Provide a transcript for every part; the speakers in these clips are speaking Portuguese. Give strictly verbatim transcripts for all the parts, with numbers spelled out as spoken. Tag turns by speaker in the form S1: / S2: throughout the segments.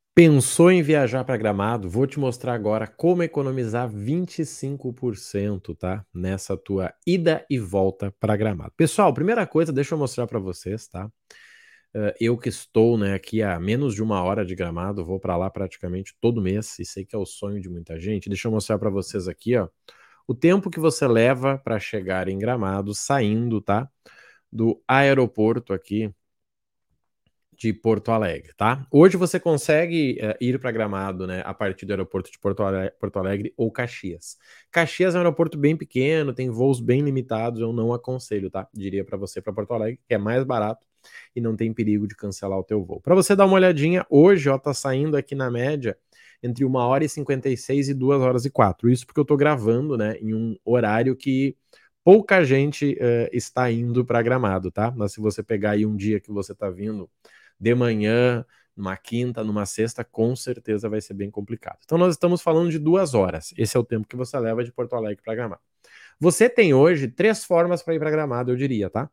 S1: Pensou em viajar para Gramado? Vou te mostrar agora como economizar vinte e cinco por cento, tá? Nessa tua ida e volta para Gramado. Pessoal, primeira coisa, deixa eu mostrar para vocês, tá? Uh, eu que estou, né, aqui a menos de uma hora de Gramado, vou para lá praticamente todo mês e sei que é o sonho de muita gente. Deixa eu mostrar para vocês aqui, ó, o tempo que você leva para chegar em Gramado, saindo, tá? Do aeroporto aqui de Porto Alegre, tá? Hoje você consegue uh, ir para Gramado, né, a partir do aeroporto de Porto Alegre, Porto Alegre ou Caxias. Caxias é um aeroporto bem pequeno, tem voos bem limitados, eu não aconselho, tá? Diria para você para Porto Alegre, que é mais barato e não tem perigo de cancelar o teu voo. Para você dar uma olhadinha, hoje, ó, tá saindo aqui na média entre uma hora e cinquenta e seis e duas horas e quatro. Isso porque eu tô gravando, né, em um horário que pouca gente uh, está indo para Gramado, tá? Mas se você pegar aí um dia que você tá vindo de manhã, numa quinta, numa sexta, com certeza vai ser bem complicado. Então nós estamos falando de duas horas. Esse é o tempo que você leva de Porto Alegre para Gramado. Você tem hoje três formas para ir para Gramado, eu diria, tá?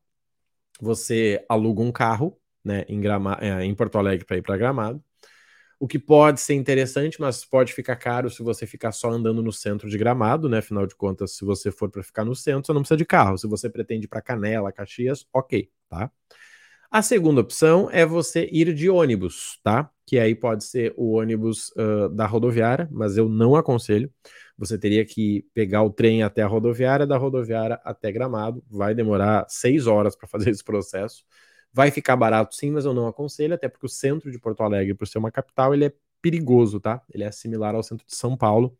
S1: Você aluga um carro, né, em, Grama, em Porto Alegre para ir para Gramado, o que pode ser interessante, mas pode ficar caro se você ficar só andando no centro de Gramado, né? Afinal de contas, se você for para ficar no centro, você não precisa de carro. Se você pretende ir para Canela, Caxias, ok, tá? A segunda opção é você ir de ônibus, tá? Que aí pode ser o ônibus uh, da rodoviária, mas eu não aconselho. Você teria que pegar o trem até a rodoviária, da rodoviária até Gramado. Vai demorar seis horas para fazer esse processo. Vai ficar barato sim, mas eu não aconselho, até porque o centro de Porto Alegre, por ser uma capital, ele é perigoso, tá? Ele é similar ao centro de São Paulo.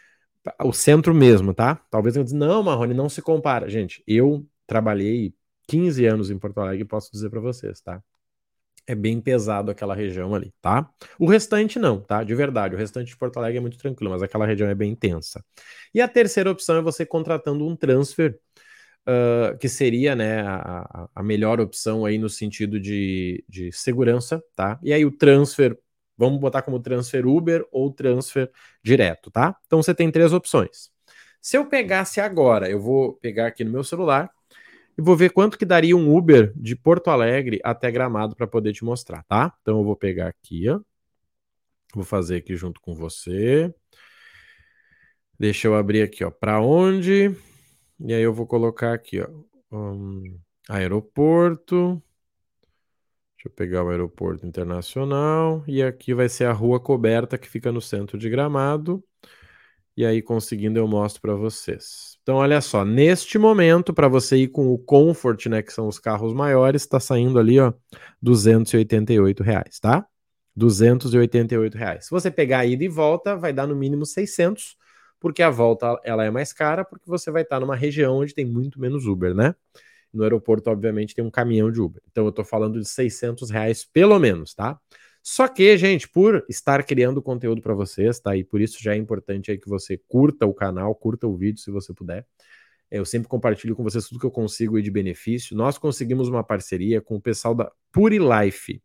S1: O centro mesmo, tá? Talvez eu diga, não, Marrone, não se compara. Gente, eu trabalhei quinze anos em Porto Alegre, posso dizer para vocês, tá? É bem pesado aquela região ali, tá? O restante não, tá? De verdade, o restante de Porto Alegre é muito tranquilo, mas aquela região é bem intensa. E a terceira opção é você contratando um transfer, uh, que seria, né, a, a melhor opção aí no sentido de, de segurança, tá? E aí o transfer, vamos botar como transfer Uber ou transfer direto, tá? Então você tem três opções. Se eu pegasse agora, eu vou pegar aqui no meu celular e vou ver quanto que daria um Uber de Porto Alegre até Gramado para poder te mostrar, tá? Então eu vou pegar aqui, ó. Vou fazer aqui junto com você. Deixa eu abrir aqui, ó. Para onde? E aí eu vou colocar aqui, ó. Um, aeroporto. Deixa eu pegar o aeroporto internacional. E aqui vai ser a rua coberta que fica no centro de Gramado. E aí, conseguindo, eu mostro para vocês. Então, olha só, neste momento, para você ir com o Comfort, né, que são os carros maiores, está saindo ali, ó, duzentos e oitenta e oito reais, tá? duzentos e oitenta e oito reais. Se você pegar a ida e volta, vai dar no mínimo seiscentos, porque a volta ela é mais cara, porque você vai estar numa região onde tem muito menos Uber, né? No aeroporto, obviamente, tem um caminhão de Uber. Então, eu tô falando de seiscentos reais pelo menos, tá? Só que, gente, por estar criando conteúdo para vocês, tá? E por isso já é importante aí que você curta o canal, curta o vídeo se você puder. Eu sempre compartilho com vocês tudo que eu consigo aí de benefício. Nós conseguimos uma parceria com o pessoal da Pure Life.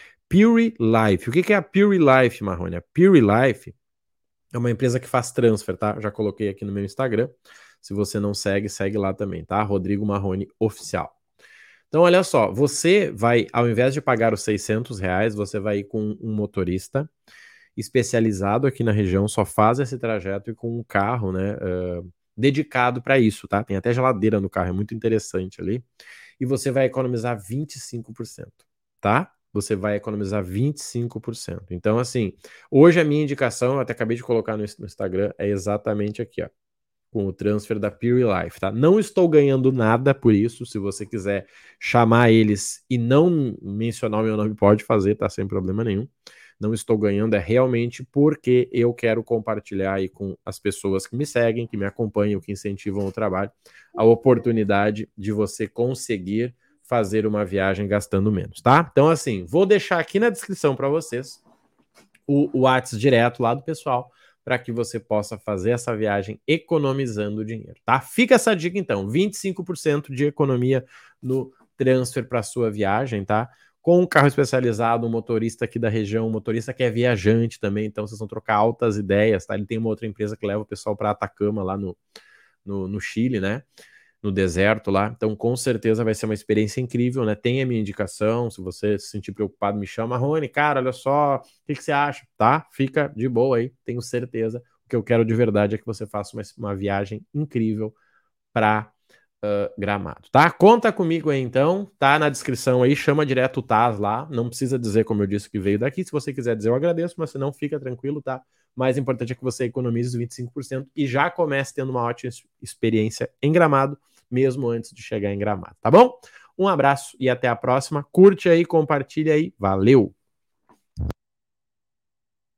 S1: Pure Life. O que é a Pure Life, Marrone? A Pure Life é uma empresa que faz transfer, tá? Já coloquei aqui no meu Instagram. Se você não segue, segue lá também, tá? Rodrigo Marrone Oficial. Então, olha só, você vai, ao invés de pagar os seiscentos reais, você vai ir com um motorista especializado aqui na região, só faz esse trajeto e com um carro, né, uh, dedicado para isso, tá? Tem até geladeira no carro, é muito interessante ali. E você vai economizar vinte e cinco por cento, tá? Você vai economizar vinte e cinco por cento. Então, assim, hoje a minha indicação, eu até acabei de colocar no Instagram, é exatamente aqui, ó, com o transfer da Pure Life, tá? Não estou ganhando nada por isso. Se você quiser chamar eles e não mencionar o meu nome, pode fazer, tá? Sem problema nenhum. Não estou ganhando, é realmente porque eu quero compartilhar aí com as pessoas que me seguem, que me acompanham, que incentivam o trabalho, a oportunidade de você conseguir fazer uma viagem gastando menos, tá? Então, assim, vou deixar aqui na descrição para vocês o, o WhatsApp direto lá do pessoal, para que você possa fazer essa viagem economizando dinheiro, tá? Fica essa dica então, vinte e cinco por cento de economia no transfer para sua viagem, tá? Com um carro especializado, um motorista aqui da região, um motorista que é viajante também, então vocês vão trocar altas ideias, tá? Ele tem uma outra empresa que leva o pessoal para Atacama lá no, no, no Chile, né? no deserto lá, então com certeza vai ser uma experiência incrível, né? Tem a minha indicação, se você se sentir preocupado, me chama, Rony, cara, olha só, o que, que você acha? Tá? Fica de boa aí, tenho certeza. O que eu quero de verdade é que você faça uma, uma viagem incrível para uh, Gramado, tá? Conta comigo aí então, tá na descrição aí, chama direto o Taz lá, não precisa dizer como eu disse que veio daqui, se você quiser dizer eu agradeço, mas se não, fica tranquilo, tá? Mais importante é que você economize os vinte e cinco por cento e já comece tendo uma ótima experiência em Gramado, mesmo antes de chegar em Gramado, tá bom? Um abraço e até a próxima, curte aí, compartilha aí, valeu!